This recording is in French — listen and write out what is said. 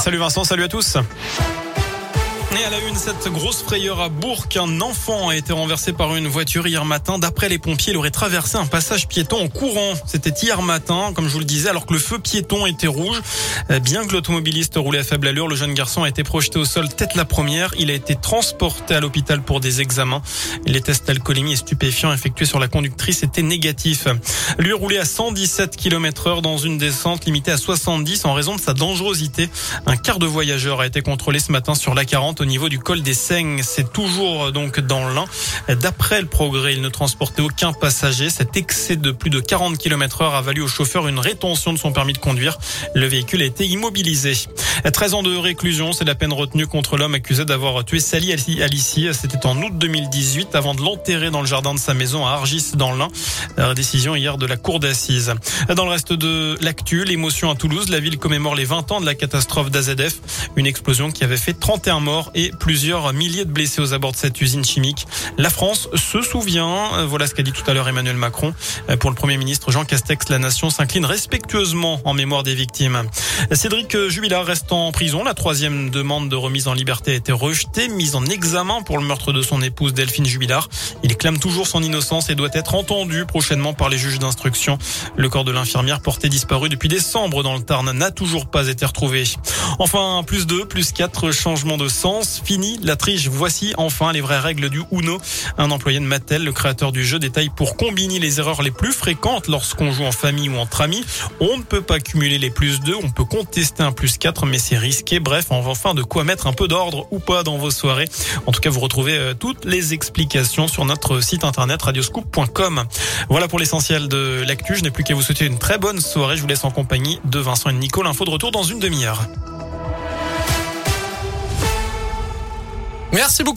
Salut Vincent, salut à tous. Et à la une, cette grosse frayeur à Bourg, un enfant a été renversé par une voiture hier matin. D'après les pompiers, il aurait traversé un passage piéton en courant. C'était hier matin, comme je vous le disais, alors que le feu piéton était rouge. Bien que l'automobiliste roulait à faible allure, le jeune garçon a été projeté au sol tête la première. Il a été transporté à l'hôpital pour des examens. Les tests d'alcoolémie et stupéfiants effectués sur la conductrice étaient négatifs. Lui roulait à 117 km/h dans une descente limitée à 70 en raison de sa dangerosité. Un quart de voyageurs a été contrôlé ce matin sur l'A40 au niveau du col des Saignes. C'est toujours donc dans l'Ain. D'après le Progrès, il ne transportait aucun passager. Cet excès de plus de 40 km/h a valu au chauffeur une rétention de son permis de conduire. Le véhicule a été immobilisé. 13 ans de réclusion, c'est la peine retenue contre l'homme accusé d'avoir tué Sally Alissi. C'était en août 2018 avant de l'enterrer dans le jardin de sa maison à Argis dans l'Ain. Décision hier de la cour d'assises. Dans le reste de l'actu, l'émotion à Toulouse, la ville commémore les 20 ans de la catastrophe d'AZF. Une explosion qui avait fait 31 morts et plusieurs milliers de blessés aux abords de cette usine chimique. La France se souvient. Voilà ce qu'a dit tout à l'heure Emmanuel Macron. Pour le Premier ministre Jean Castex, la nation s'incline respectueusement en mémoire des victimes. Cédric Jubilard reste en prison. La troisième demande de remise en liberté a été rejetée, mise en examen pour le meurtre de son épouse Delphine Jubilard. Il clame toujours son innocence et doit être entendu prochainement par les juges d'instruction. Le corps de l'infirmière porté disparu depuis décembre dans le Tarn n'a toujours pas été retrouvé. Enfin, plus 2, plus 4, changement de sens. Fini la triche, voici enfin les vraies règles du Uno. Un employé de Mattel, le créateur du jeu, détaille pour combiner les erreurs les plus fréquentes lorsqu'on joue en famille ou entre amis. On ne peut pas cumuler les plus 2, on peut contester un plus 4, mais c'est risqué. Bref, enfin de quoi mettre un peu d'ordre ou pas dans vos soirées. En tout cas, vous retrouvez toutes les explications sur notre site internet radioscoop.com. Voilà pour l'essentiel de l'actu. Je n'ai plus qu'à vous souhaiter une très bonne soirée. Je vous laisse en compagnie de Vincent et de Nico. L'info de retour dans une demi-heure. Merci beaucoup.